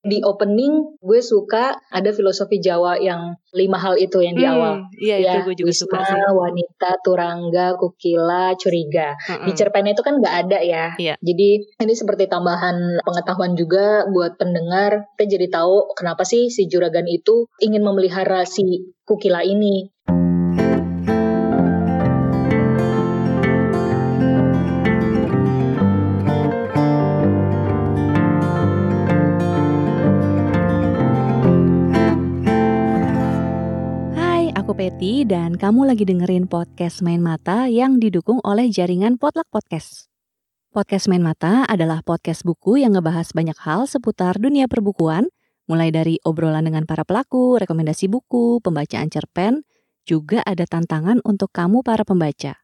Di opening gue suka ada filosofi Jawa yang 5 hal itu yang di awal. Iya, itu gue juga Wisma, suka sih. wanita, turangga, kukila, curiga. Di cerpen itu kan nggak ada ya. Iya. Jadi ini seperti tambahan pengetahuan juga buat pendengar. Kita jadi tahu kenapa sih si juragan itu ingin memelihara si kukila ini. Aku Peti dan kamu lagi dengerin podcast Main Mata yang didukung oleh jaringan Potluck Podcast. Podcast Main Mata adalah podcast buku yang ngebahas banyak hal seputar dunia perbukuan, mulai dari obrolan dengan para pelaku, rekomendasi buku, pembacaan cerpen, juga ada tantangan untuk kamu para pembaca.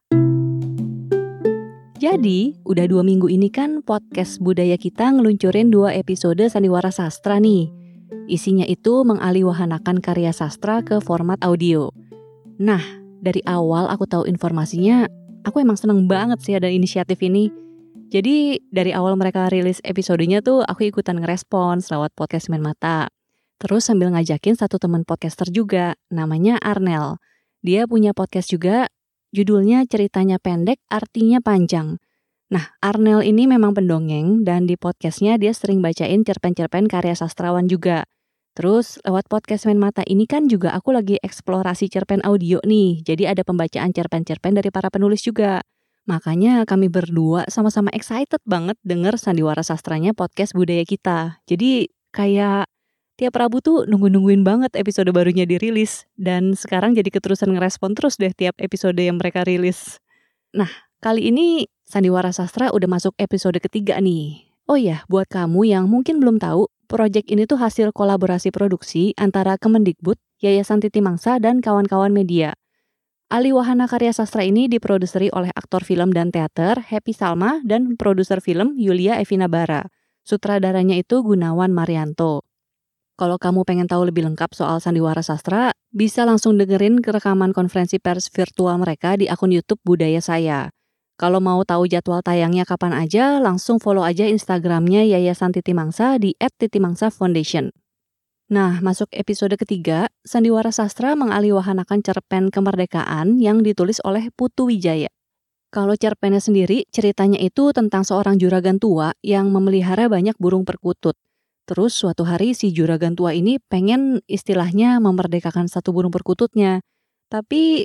Jadi, udah 2 minggu ini kan podcast budaya kita ngeluncurin 2 episode Sandiwara Sastra nih. Isinya itu mengaliwahanakan karya sastra ke format audio. Nah, dari awal aku tahu informasinya, aku emang seneng banget sih ada inisiatif ini. Jadi, dari awal mereka rilis episodenya tuh aku ikutan ngerespons lewat podcast Main Mata. Terus sambil ngajakin satu teman podcaster juga, namanya Arnel. Dia punya podcast juga, judulnya Ceritanya Pendek, Artinya Panjang. Nah, Arnel ini memang pendongeng dan di podcastnya dia sering bacain cerpen-cerpen karya sastrawan juga. Terus lewat podcast Main Mata ini kan juga aku lagi eksplorasi cerpen audio nih. Jadi ada pembacaan cerpen-cerpen dari para penulis juga. Makanya kami berdua sama-sama excited banget denger sandiwara sastranya podcast budaya kita. Jadi kayak tiap Rabu tuh nungguin banget episode barunya dirilis. Dan sekarang jadi keterusan ngerespon terus deh tiap episode yang mereka rilis. Nah, kali ini Sandiwara Sastra udah masuk episode ketiga nih. Oh iya, buat kamu yang mungkin belum tahu, proyek ini tuh hasil kolaborasi produksi antara Kemendikbud, Yayasan Titi Mangsa, dan kawan-kawan media. Aliwahana karya sastra ini diproduseri oleh aktor film dan teater Happy Salma dan produser film Yulia Evina Bara. Sutradaranya itu Gunawan Marianto. Kalau kamu pengen tahu lebih lengkap soal Sandiwara Sastra, bisa langsung dengerin rekaman konferensi pers virtual mereka di akun YouTube Budaya Saya. Kalau mau tahu jadwal tayangnya kapan aja, langsung follow aja Instagramnya Yayasan Titi Mangsa di @titimangsafoundation. Nah, masuk episode ketiga, Sandiwara Sastra mengaliwahanakan cerpen kemerdekaan yang ditulis oleh Putu Wijaya. Kalau cerpennya sendiri, ceritanya itu tentang seorang juragan tua yang memelihara banyak burung perkutut. Terus suatu hari si juragan tua ini pengen istilahnya memerdekakan satu burung perkututnya. Tapi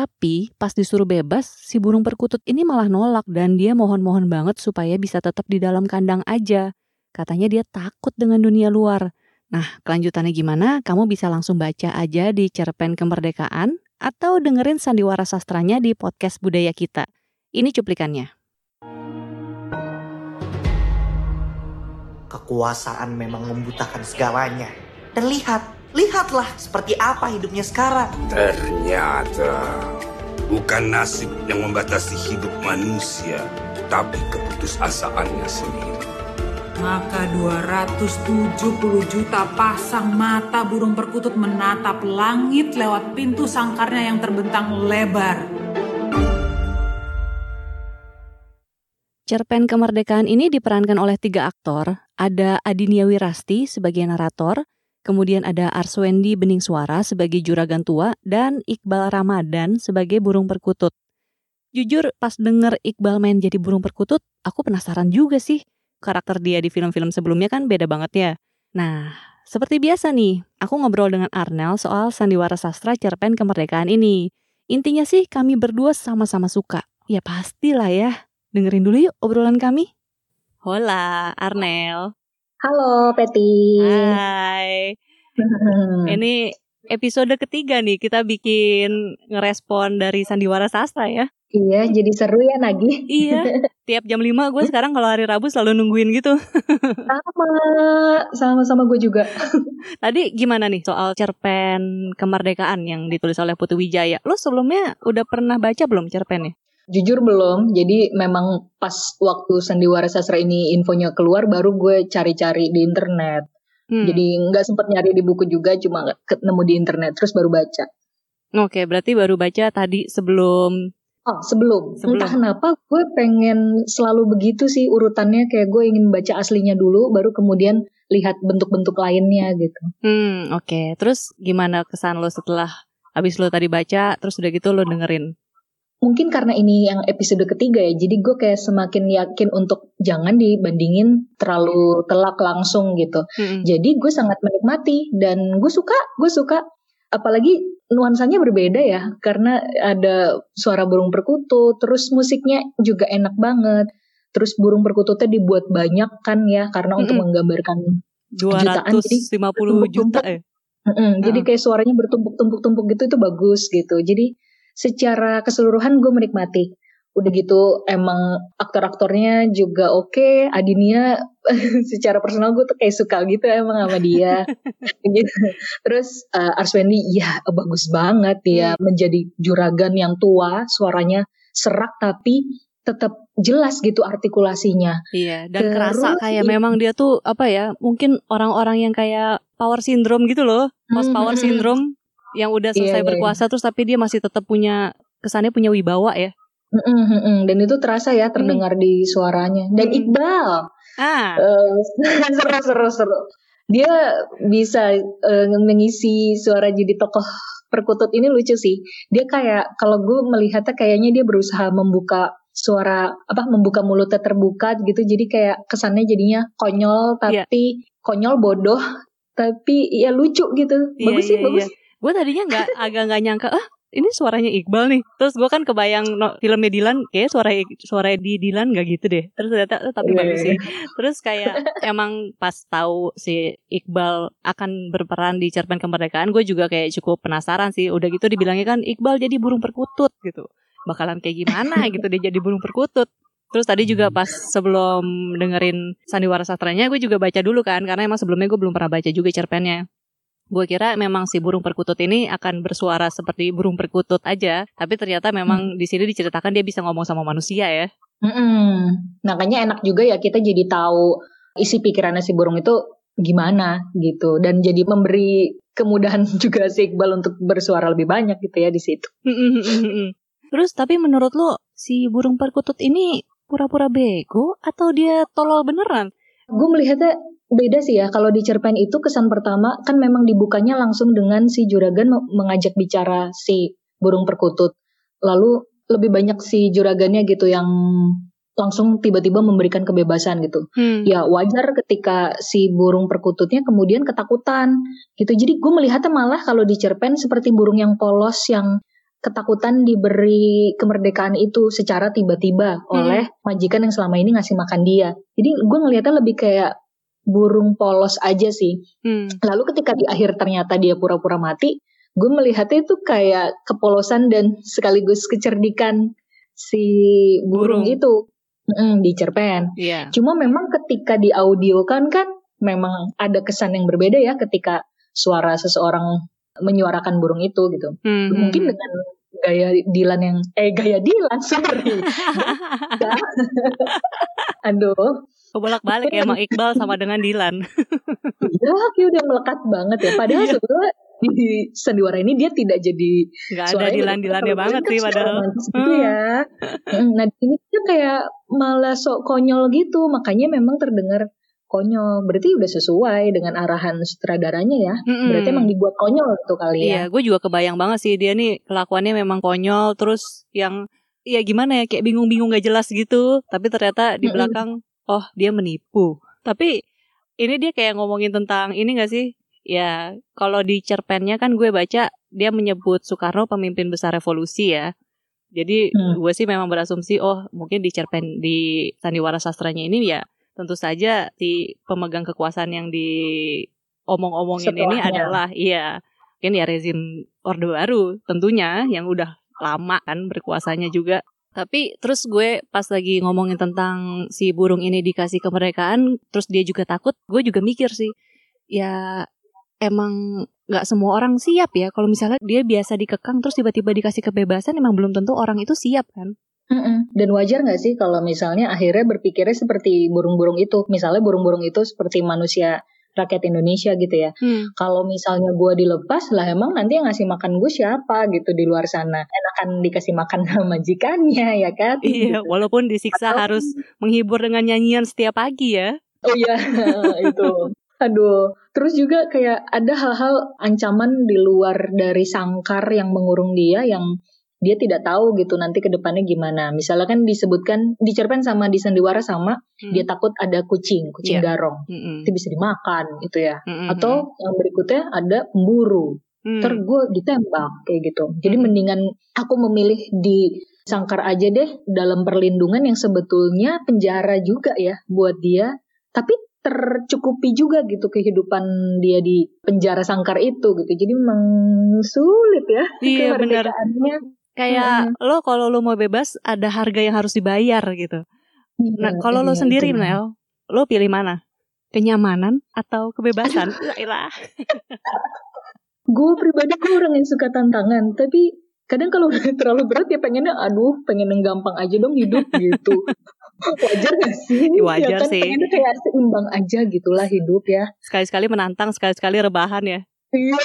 pas disuruh bebas, si burung perkutut ini malah nolak dan dia mohon-mohon banget supaya bisa tetap di dalam kandang aja. Katanya dia takut dengan dunia luar. Nah, kelanjutannya gimana? Kamu bisa langsung baca aja di cerpen kemerdekaan atau dengerin sandiwara sastranya di podcast budaya kita. Ini cuplikannya. Kekuasaan memang membutakan segalanya. Dan lihatlah seperti apa hidupnya sekarang. Ternyata bukan nasib yang membatasi hidup manusia, tapi keputusasaannya sendiri. Maka 270 juta pasang mata burung perkutut menatap langit lewat pintu sangkarnya yang terbentang lebar. Cerpen kemerdekaan ini diperankan oleh 3 aktor. Ada Adinia Wirasti sebagai narator, kemudian ada Arswendi Bening Suara sebagai juragan tua, dan Iqbal Ramadan sebagai burung perkutut. Jujur, pas denger Iqbal main jadi burung perkutut, aku penasaran juga sih. Karakter dia di film-film sebelumnya kan beda banget ya. Nah, seperti biasa nih, aku ngobrol dengan Arnel soal sandiwara sastra cerpen kemerdekaan ini. Intinya sih kami berdua sama-sama suka. Ya pastilah ya. Dengerin dulu yuk obrolan kami. Hola, Arnel. Halo, Peti. Hai. Ini episode ketiga nih, kita bikin ngerespon dari Sandiwara Sastra ya. Iya, jadi seru ya Nagi. Iya, tiap jam 5 gue sekarang kalau hari Rabu selalu nungguin gitu. Sama gue juga. Tadi gimana nih soal cerpen kemerdekaan yang ditulis oleh Putu Wijaya? Lo sebelumnya udah pernah baca belum cerpennya? Jujur belum, jadi memang pas waktu Sandiwara Sastra ini infonya keluar baru gue cari-cari di internet. Jadi nggak sempat nyari di buku juga, cuma ketemu di internet terus baru baca. Oke, berarti baru baca tadi sebelum. Sebelum. Entah kenapa gue pengen selalu begitu sih urutannya, kayak gue ingin baca aslinya dulu, baru kemudian lihat bentuk-bentuk lainnya gitu. Oke. Terus gimana kesan lo setelah abis lo tadi baca, terus udah gitu lo dengerin? Mungkin karena ini yang episode ketiga ya, jadi gue kayak semakin yakin untuk jangan dibandingin terlalu telak langsung gitu. Jadi gue sangat menikmati dan gue suka, apalagi nuansanya berbeda ya, karena ada suara burung perkutut, terus musiknya juga enak banget. Terus burung perkututnya dibuat banyak kan ya, karena untuk menggambarkan 250 juta ya. Jadi kayak suaranya bertumpuk-tumpuk gitu, itu bagus gitu. Jadi secara keseluruhan gue menikmati. Udah gitu emang aktor-aktornya juga oke. Adinia secara personal gue tuh kayak suka gitu emang sama dia. Gitu. Terus Arswendi ya bagus banget dia menjadi juragan yang tua, suaranya serak tapi tetap jelas gitu artikulasinya. Iya, dan kerasa kayak memang dia tuh apa ya, mungkin orang-orang yang kayak power syndrome gitu loh, post power syndrome yang udah selesai berkuasa terus tapi dia masih tetap punya kesannya punya wibawa ya. Dan itu terasa ya terdengar di suaranya. Dan Iqbal seru. Dia bisa mengisi suara jadi tokoh perkutut ini lucu sih. Dia kayak kalau gue melihatnya kayaknya dia berusaha membuka suara membuka mulutnya terbuka gitu, jadi kayak kesannya jadinya konyol tapi konyol bodoh tapi ya lucu gitu. Bagus sih. Gue tadinya agak nggak nyangka ini suaranya Iqbal nih. Terus gue kan kebayang filmnya Dilan, kayak suara di Dilan nggak gitu deh. Terus ternyata tapi bagus sih. Terus kayak emang pas tahu si Iqbal akan berperan di Cerpen Kemerdekaan, gue juga kayak cukup penasaran sih. Udah gitu dibilangnya kan Iqbal jadi burung perkutut gitu. Bakalan kayak gimana gitu dia jadi burung perkutut. Terus tadi juga pas sebelum dengerin Sandiwara Sastranya, gue juga baca dulu kan, karena emang sebelumnya gue belum pernah baca juga cerpennya. Gue kira memang si burung perkutut ini akan bersuara seperti burung perkutut aja, tapi ternyata memang di sini diceritakan dia bisa ngomong sama manusia ya. Makanya enak juga ya kita jadi tahu isi pikirannya si burung itu gimana gitu, dan jadi memberi kemudahan juga si Iqbal untuk bersuara lebih banyak gitu ya di situ. Terus tapi menurut lo si burung perkutut ini pura-pura bego atau dia tolol beneran? Gue melihatnya beda sih ya. Kalau di cerpen itu kesan pertama kan memang dibukanya langsung dengan si juragan mengajak bicara si burung perkutut. Lalu lebih banyak si juragannya gitu yang langsung tiba-tiba memberikan kebebasan gitu. Ya wajar ketika si burung perkututnya kemudian ketakutan gitu. Jadi gue melihatnya malah kalau di cerpen seperti burung yang polos yang ketakutan diberi kemerdekaan itu secara tiba-tiba oleh majikan yang selama ini ngasih makan dia. Jadi gue ngelihatnya lebih kayak burung polos aja sih. Lalu ketika di akhir ternyata dia pura-pura mati, gue melihatnya itu kayak kepolosan dan sekaligus kecerdikan si burung itu di cerpen. Cuma memang ketika di audio kan memang ada kesan yang berbeda ya ketika suara seseorang menyuarakan burung itu gitu. Mungkin dengan gaya Dilan sorry. Aduh. Kebolak-balik ya emang Iqbal sama dengan Dilan. Iya, kayak udah melekat banget ya. Padahal sebetulnya di Sandiwara ini dia tidak jadi nggak ada Dilan-Dilannya banget sih padahal. Gitu ya. Nah ini tuh kayak malah sok konyol gitu. Makanya memang terdengar konyol. Berarti udah sesuai dengan arahan sutradaranya ya. Berarti emang dibuat konyol gitu kali ya. Iya, gue juga kebayang banget sih dia nih kelakuannya memang konyol. Terus yang ya gimana ya, kayak bingung-bingung gak jelas gitu. Tapi ternyata di belakang dia menipu. Tapi ini dia kayak ngomongin tentang ini gak sih? Ya kalau di cerpennya kan gue baca dia menyebut Soekarno pemimpin besar revolusi ya. Jadi gue sih memang berasumsi mungkin di cerpen di Sandiwara Sastranya ini ya tentu saja si pemegang kekuasaan yang diomong-omongin ini adalah mungkin ya rezim Orde Baru tentunya yang udah lama kan berkuasanya juga. Tapi terus gue pas lagi ngomongin tentang si burung ini dikasih kemerdekaan, terus dia juga takut, gue juga mikir sih, ya emang gak semua orang siap ya. Kalau misalnya dia biasa dikekang terus tiba-tiba dikasih kebebasan, emang belum tentu orang itu siap kan. Dan wajar gak sih kalau misalnya akhirnya berpikirnya seperti burung-burung itu. Misalnya burung-burung itu seperti manusia rakyat Indonesia gitu ya. Kalau misalnya gue dilepas lah, emang nanti yang ngasih makan gue siapa gitu di luar sana? Enakan dikasih makan sama majikannya ya kan? Iya, walaupun disiksa harus menghibur dengan nyanyian setiap pagi ya. Oh iya, itu. Aduh, terus juga kayak ada hal-hal ancaman di luar dari sangkar yang mengurung dia yang dia tidak tahu gitu nanti ke depannya gimana. Misalnya kan disebutkan di cerpen sama di sandiwara sama dia takut ada kucing garong. Itu bisa dimakan gitu ya. Atau yang berikutnya ada pemburu. Terus gue ditembak kayak gitu. Jadi mendingan aku memilih di sangkar aja deh dalam perlindungan yang sebetulnya penjara juga ya buat dia. Tapi tercukupi juga gitu kehidupan dia di penjara sangkar itu gitu. Jadi memang sulit ya kemerdekaannya. Kayak lo kalau lo mau bebas ada harga yang harus dibayar gitu. Nah kalau lo sendiri Nel, lo pilih mana? Kenyamanan atau kebebasan? Gue pribadi orang yang suka tantangan. Tapi kadang kalau terlalu berat ya pengen yang gampang aja dong hidup gitu. Wajar gak sih? Wajar ya kan, sih. Pengennya kayak seimbang aja gitulah hidup ya. Sekali-sekali menantang, sekali-sekali rebahan ya. Iya.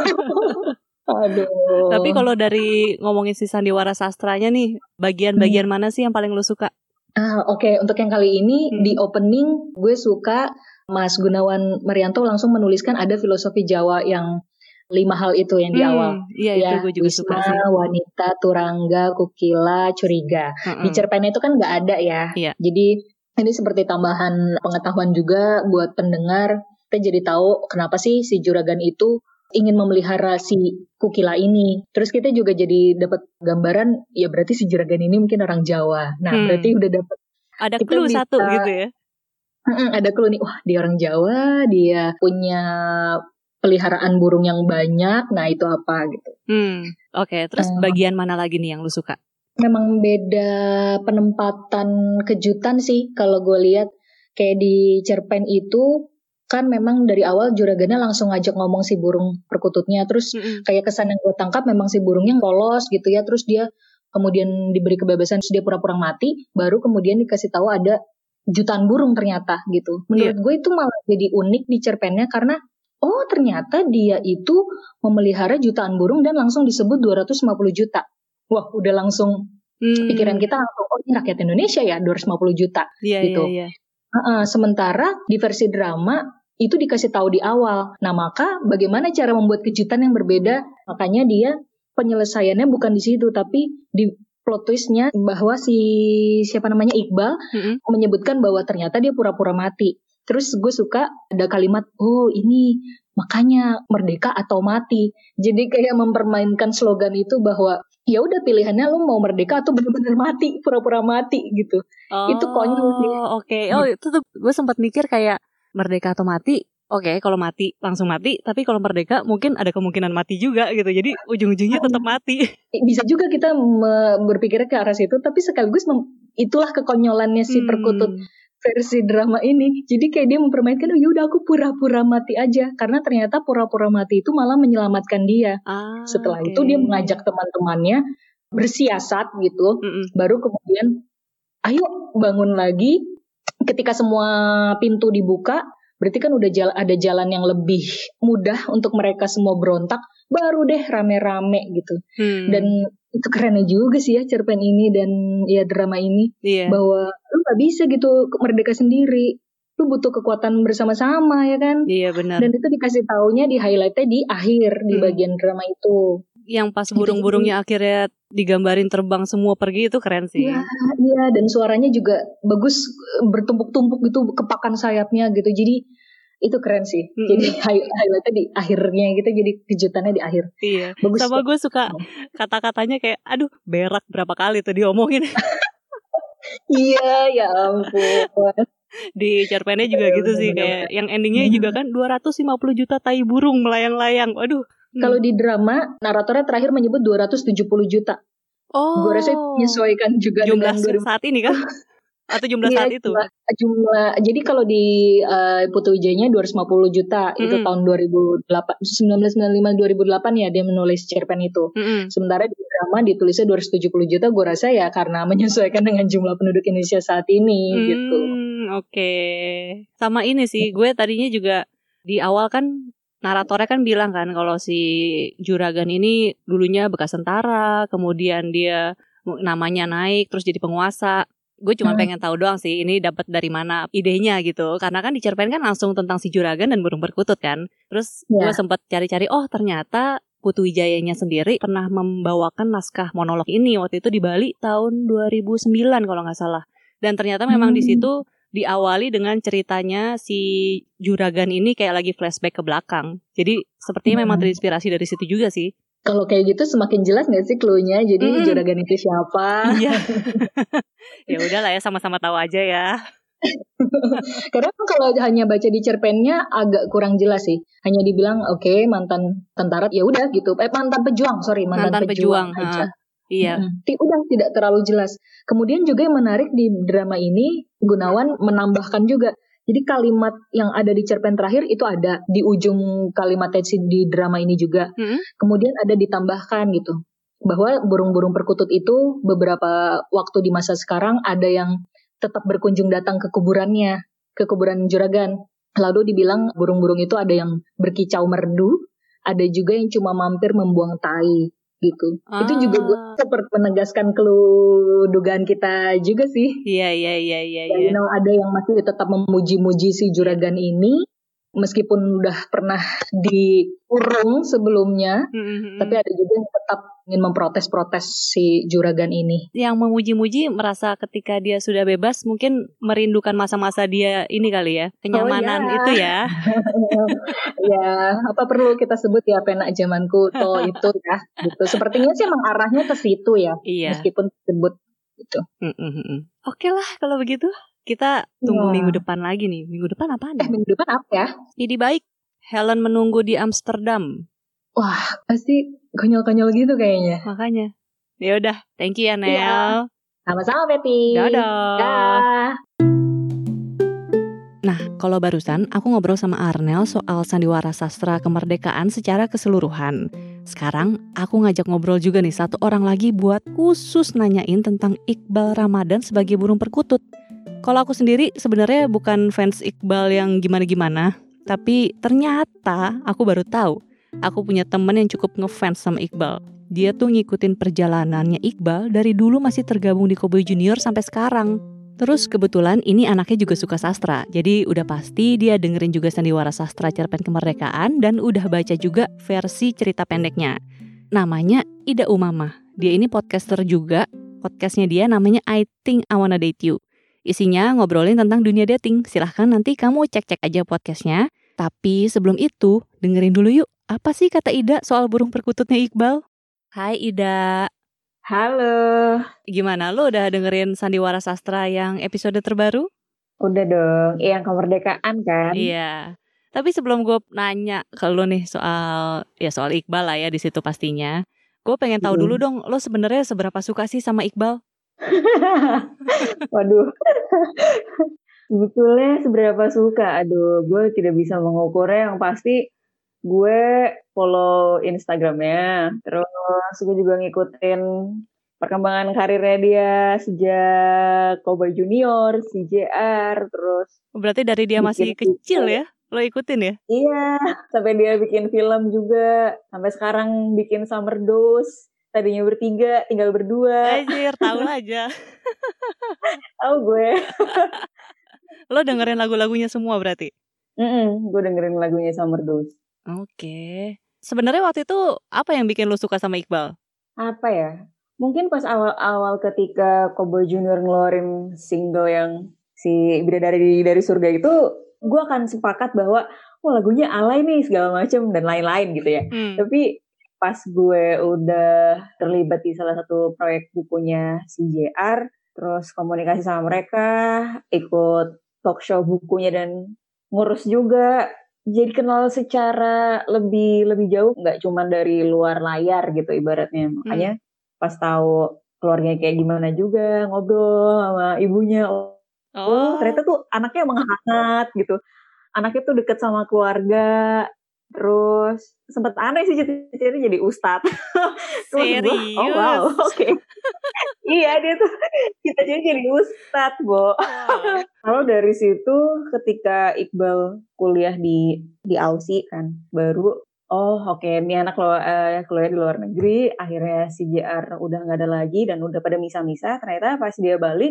Aduh. Tapi kalau dari ngomongin si sandiwara sastranya nih, bagian-bagian mana sih yang paling lo suka? Oke. Untuk yang kali ini di opening gue suka Mas Gunawan Marianto langsung menuliskan ada filosofi Jawa yang 5 hal itu yang di awal. Iya ya, itu gue juga Wisma, suka sih. wanita, turangga, kukila, curiga. Di cerpennya itu kan nggak ada ya. Iya. Jadi ini seperti tambahan pengetahuan juga buat pendengar. Kita jadi tahu kenapa sih si juragan itu ingin memelihara si kukila ini. Terus kita juga jadi dapat gambaran, ya berarti si juragan ini mungkin orang Jawa. Nah berarti udah dapat. Ada clue satu gitu ya. Ada clue nih, wah dia orang Jawa, dia punya peliharaan burung yang banyak, nah itu apa gitu. Oke, terus bagian mana lagi nih yang lu suka? Memang beda penempatan kejutan sih kalau gue lihat. Kayak di cerpen itu kan memang dari awal juragannya langsung ngajak ngomong si burung perkututnya. Terus kayak kesan yang gue tangkap memang si burungnya polos gitu ya. Terus dia kemudian diberi kebebasan, terus dia pura-pura mati. Baru kemudian dikasih tahu ada jutaan burung ternyata gitu. Menurut gue itu malah jadi unik di cerpennya karena oh ternyata dia itu memelihara jutaan burung dan langsung disebut 250 juta. Wah udah langsung pikiran kita langsung, oh ini rakyat Indonesia ya 250 juta gitu. Iya. Sementara di versi drama itu dikasih tahu di awal. Nah maka bagaimana cara membuat kejutan yang berbeda? Makanya dia penyelesaiannya bukan di situ tapi di plot twistnya bahwa Iqbal menyebutkan bahwa ternyata dia pura-pura mati. Terus gue suka ada kalimat, oh ini makanya merdeka atau mati. Jadi kayak mempermainkan slogan itu bahwa ya udah pilihannya lu mau merdeka atau benar-benar mati, pura-pura mati gitu. Itu konyol sih. Oke. Oh itu tuh gue sempat mikir kayak merdeka atau mati. Oke, kalau mati langsung mati. Tapi kalau merdeka mungkin ada kemungkinan mati juga gitu. Jadi ujung-ujungnya tetap mati. Bisa juga kita berpikirnya ke arah situ. Tapi sekaligus itulah kekonyolannya si perkutut versi drama ini. Jadi kayak dia mempermainkan, oh yaudah aku pura-pura mati aja. Karena ternyata pura-pura mati itu malah menyelamatkan dia. Setelah itu dia mengajak teman-temannya bersiasat gitu. Baru kemudian, ayo bangun lagi. Ketika semua pintu dibuka, berarti kan udah ada jalan yang lebih mudah untuk mereka semua berontak. Baru deh rame-rame gitu. Dan itu kerennya juga sih ya cerpen ini dan ya drama ini. Bahwa lu gak bisa gitu merdeka sendiri. Lu butuh kekuatan bersama-sama ya kan. Iya benar. Dan itu dikasih taunya di highlightnya di akhir di bagian drama itu. Yang pas burung-burungnya akhirnya digambarin terbang semua pergi itu keren sih. Iya dan suaranya juga bagus bertumpuk-tumpuk gitu kepakan sayapnya gitu. Jadi itu keren sih. Jadi highlightnya di akhirnya gitu, jadi kejutannya di akhir. Iya. Bagus. Sama gue suka kata-katanya kayak, aduh berak berapa kali tuh diomongin. Iya, ya ampun. Di cerpennya juga gitu sih, kayak yang endingnya juga kan 250 juta tai burung melayang-layang. Waduh. Kalau di drama naratornya terakhir menyebut 270 juta. Gue rasa menyesuaikan juga jumlah dengan saat ini kan. Atau jumlah saat itu? Jumlah. Jadi kalau di Putu Wijayanya 250 juta itu tahun 1995-2008 ya dia menulis cerpen itu. Sementara di drama ditulisnya 270 juta. Gue rasa ya karena menyesuaikan dengan jumlah penduduk Indonesia saat ini gitu. Oke. Sama ini sih, gue tadinya juga di awal kan naratornya kan bilang kan kalau si juragan ini dulunya bekas tentara, kemudian dia namanya naik terus jadi penguasa. Gue cuma pengen tahu doang sih, ini dapat dari mana idenya gitu. Karena kan di cerpen kan langsung tentang si juragan dan burung perkutut kan. Terus gue sempat cari-cari, oh ternyata Putu Wijayanya sendiri pernah membawakan naskah monolog ini waktu itu di Bali tahun 2009 kalau nggak salah. Dan ternyata memang di situ diawali dengan ceritanya si juragan ini kayak lagi flashback ke belakang. Jadi sepertinya memang terinspirasi dari situ juga sih. Kalau kayak gitu semakin jelas gak sih clue-nya? Jadi juragan itu siapa? Iya. Ya udahlah ya, sama-sama tahu aja ya. Karena kalau hanya baca di cerpennya agak kurang jelas sih. Hanya dibilang oke, mantan tentara, ya udah gitu. Mantan pejuang aja. Iya. Udah tidak terlalu jelas. Kemudian juga yang menarik di drama ini, Gunawan menambahkan juga. Jadi kalimat yang ada di cerpen terakhir itu ada di ujung kalimatnya di drama ini juga. Kemudian ada ditambahkan gitu, bahwa burung-burung perkutut itu beberapa waktu di masa sekarang ada yang tetap berkunjung datang ke kuburannya, ke kuburan juragan. Lalu dibilang burung-burung itu ada yang berkicau merdu, ada juga yang cuma mampir membuang tai gitu. Itu juga gue seperti menegaskan clue dugaan kita juga sih. Iya. Ada yang masih tetap memuji-muji si juragan ini, meskipun udah pernah dikurung sebelumnya, tapi ada juga yang tetap ingin memprotes si juragan ini. Yang memuji-muji merasa ketika dia sudah bebas mungkin merindukan masa-masa dia ini kali ya, kenyamanan itu ya. Ya, apa perlu kita sebut ya penak zamanku itu ya, gitu. Sepertinya sih emang arahnya ke situ ya, meskipun disebut gitu. Oke lah kalau begitu. Kita tunggu minggu depan lagi nih. Minggu depan apaan ya? Minggu depan apa ya? Idi baik. Helen menunggu di Amsterdam. Wah, pasti konyol-konyol gitu kayaknya. Makanya. Ya udah, thank you ya Nel. Ya. Sama-sama Betty. Dadah. Nah, kalau barusan aku ngobrol sama Arnel soal sandiwara sastra kemerdekaan secara keseluruhan. Sekarang aku ngajak ngobrol juga nih satu orang lagi buat khusus nanyain tentang Iqbal Ramadan sebagai burung perkutut. Kalau aku sendiri sebenarnya bukan fans Iqbal yang gimana-gimana, tapi ternyata aku baru tahu aku punya temen yang cukup ngefans sama Iqbal. Dia tuh ngikutin perjalanannya Iqbal dari dulu masih tergabung di Cowboy Junior sampai sekarang. Terus kebetulan ini anaknya juga suka sastra, jadi udah pasti dia dengerin juga sandiwara sastra cerpen kemerdekaan dan udah baca juga versi cerita pendeknya. Namanya Ida Umamah. Dia ini podcaster juga. Podcastnya dia namanya I Think I Wanna Date You. Isinya ngobrolin tentang dunia dating. Silahkan nanti kamu cek-cek aja podcastnya. Tapi sebelum itu, dengerin dulu yuk. Apa sih kata Ida soal burung perkututnya Iqbal? Hai Ida. Halo. Gimana, lo udah dengerin sandiwara sastra yang episode terbaru? Udah dong, yang kemerdekaan kan? Iya. Tapi sebelum gue nanya ke lo nih soal Iqbal lah ya di situ pastinya. Gue pengen tahu dulu dong, lo sebenarnya seberapa suka sih sama Iqbal? Waduh. Sebetulnya seberapa suka? Aduh, gue tidak bisa mengukurnya. Yang pasti gue follow Instagramnya. Terus gue juga ngikutin perkembangan karirnya dia sejak Cowboy Junior, CJR, terus. Berarti dari dia masih kecil ya? Lo ikutin ya? Iya, sampai dia bikin film juga. Sampai sekarang bikin Summer Dose. Tadinya bertiga, tinggal berdua. Anjir, tahu aja. Tahu gue. Lo dengerin lagu-lagunya semua berarti? Gue dengerin lagunya Summer Dose. Oke. Sebenarnya waktu itu apa yang bikin lo suka sama Iqbal? Apa ya? Mungkin pas awal-awal ketika Cowboy Junior ngeluarin single yang si Bidadari dari Surga itu, gue akan sepakat bahwa lagunya alay nih segala macam dan lain-lain gitu ya. Tapi pas gue udah terlibat di salah satu proyek bukunya CJR, terus komunikasi sama mereka, ikut talk show bukunya dan ngurus juga, jadi kenal secara lebih jauh, nggak cuma dari luar layar gitu ibaratnya. Makanya pas tahu keluarganya kayak gimana juga, ngobrol sama ibunya, ternyata tuh anaknya emang hangat gitu, anaknya tuh deket sama keluarga. Terus sempat aneh sih cita-citanya jadi ustadz. Serius? Oh wow, oke. Iya, dia tuh cita-citanya jadi ustadz, Bo. Lalu dari situ ketika Iqbal kuliah di Aussie kan, baru oke, ini anak kuliah di luar negeri. Akhirnya CJR udah nggak ada lagi dan udah pada misah-misah. Ternyata pas dia balik,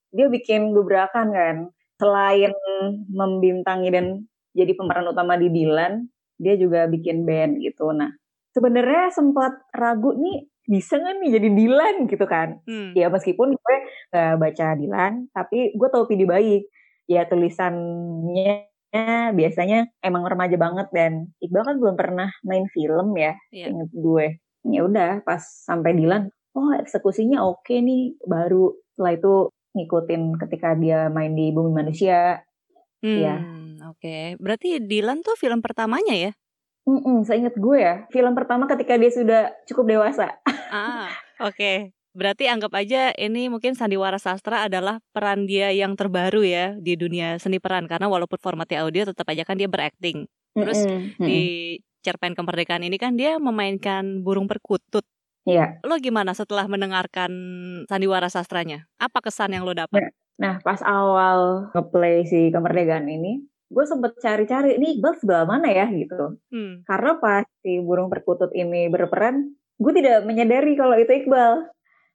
dia bikin gebrakan kan. Selain membintangi dan jadi pemeran utama di Dylan, dia juga bikin band gitu. Nah, sebenarnya sempat ragu nih, bisa nggak nih jadi Dylan gitu kan. Ya meskipun gue gak baca Dylan, tapi gue tahu Pidi Baik. Ya tulisannya biasanya emang remaja banget, dan Iqbal kan belum pernah main film ya, inget gue. Ya udah pas sampai Dylan, oh eksekusinya oke nih, baru setelah itu ngikutin ketika dia main di Bumi Manusia. Ya. Oke. Berarti Dylan tuh film pertamanya ya? Seingat gue ya, film pertama ketika dia sudah cukup dewasa. Oke. Berarti anggap aja ini mungkin Sandiwara Sastra adalah peran dia yang terbaru ya di dunia seni peran, karena walaupun formatnya audio tetap aja kan dia berakting. Terus di Cerpen Kemerdekaan ini kan dia memainkan burung perkutut. Iya. Lo gimana setelah mendengarkan Sandiwara Sastranya? Apa kesan yang lo dapat? Nah, pas awal ngeplay si Kemerdekaan ini, gue sempet cari-cari, ini Iqbal sebelah mana ya gitu. Karena pas si burung perkutut ini berperan, gue tidak menyadari kalau itu Iqbal.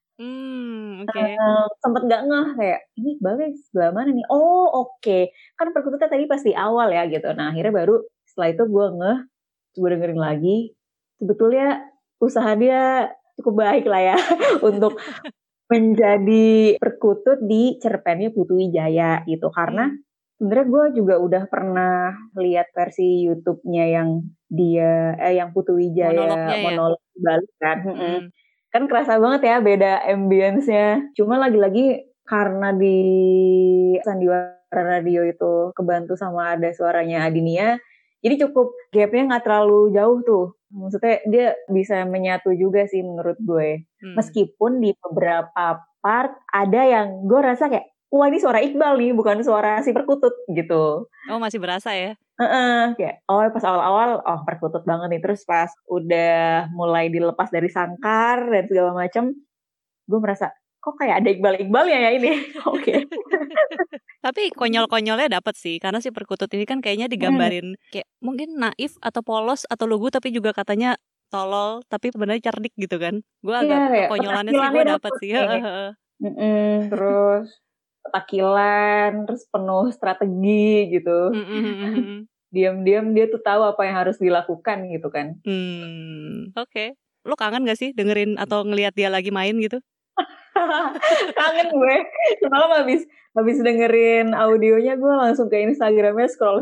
Sempet gak ngeh kayak, ini Iqbalnya sebelah mana nih? Oh oke. Kan perkututnya tadi pas di awal ya gitu. Nah akhirnya baru setelah itu gue ngeh, gue dengerin lagi, sebetulnya usaha dia cukup baik lah ya untuk menjadi perkutut di cerpennya Putu Wijaya gitu. Karena sebenarnya gue juga udah pernah lihat versi YouTube-nya yang dia yang Putu Wijaya monolog balik kan. Kan kerasa banget ya beda ambience-nya. Cuma lagi-lagi karena di Sandiwara Radio itu kebantu sama ada suaranya Adinia, jadi cukup gap-nya nggak terlalu jauh tuh. Maksudnya dia bisa menyatu juga sih menurut gue. Meskipun di beberapa part ada yang gue rasa kayak, wah ini suara Iqbal nih, bukan suara si perkutut gitu. Oh masih berasa ya? Kayak, pas awal-awal, perkutut banget nih. Terus pas udah mulai dilepas dari sangkar dan segala macam, gue merasa, kok kayak ada Iqbal-Iqbalnya ya ini. Oke. Tapi konyol-konyolnya dapet sih, karena si perkutut ini kan kayaknya digambarin kayak mungkin naif atau polos atau lugu, tapi juga katanya tolol, tapi sebenarnya cerdik gitu kan. Gue agak konyolannya sih gue dapet sih. Terus takilan, terus penuh strategi gitu. Diam-diam dia tuh tahu apa yang harus dilakukan gitu kan. Oke. Lo kangen gak sih dengerin atau ngelihat dia lagi main gitu? Kangen gue. Semalam habis dengerin audionya, gue langsung ke Instagramnya scroll.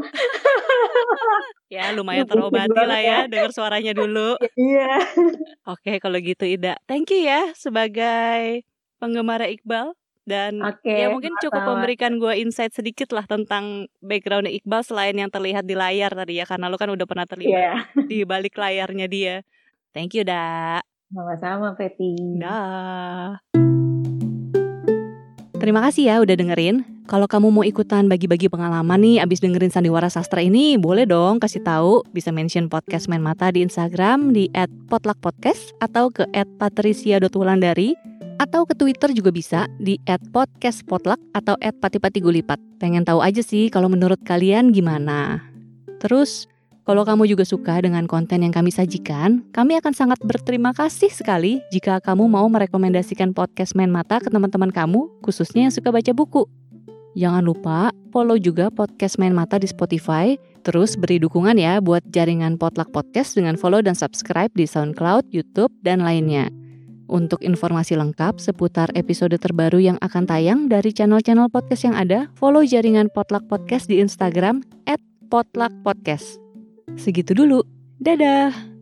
Ya lumayan terobati lah ya denger suaranya dulu. Iya. Oke kalau gitu Ida, thank you ya sebagai penggemar Iqbal. Dan ya mungkin cukup memberikan gue insight sedikit lah tentang backgroundnya Iqbal selain yang terlihat di layar tadi ya, karena lu kan udah pernah terlibat di balik layarnya dia. Thank you Da. Sama-sama Feti. Dah. Terima kasih ya udah dengerin. Kalau kamu mau ikutan bagi-bagi pengalaman nih abis dengerin Sandiwara Sastra ini, boleh dong kasih tahu. Bisa mention podcast Main Mata di Instagram di @potluckpodcast atau ke @patricia.wulandari. Atau ke Twitter juga bisa di @podcastpotluck atau @patipatigulipat. Pengen tahu aja sih kalau menurut kalian gimana. Terus kalau kamu juga suka dengan konten yang kami sajikan, kami akan sangat berterima kasih sekali jika kamu mau merekomendasikan podcast Main Mata ke teman-teman kamu, khususnya yang suka baca buku. Jangan lupa follow juga podcast Main Mata di Spotify. Terus beri dukungan ya buat jaringan Potluck Podcast dengan follow dan subscribe di SoundCloud, YouTube, dan lainnya. Untuk informasi lengkap seputar episode terbaru yang akan tayang dari channel-channel podcast yang ada, follow jaringan Potluck Podcast di Instagram @potluckpodcast. Segitu dulu, dadah!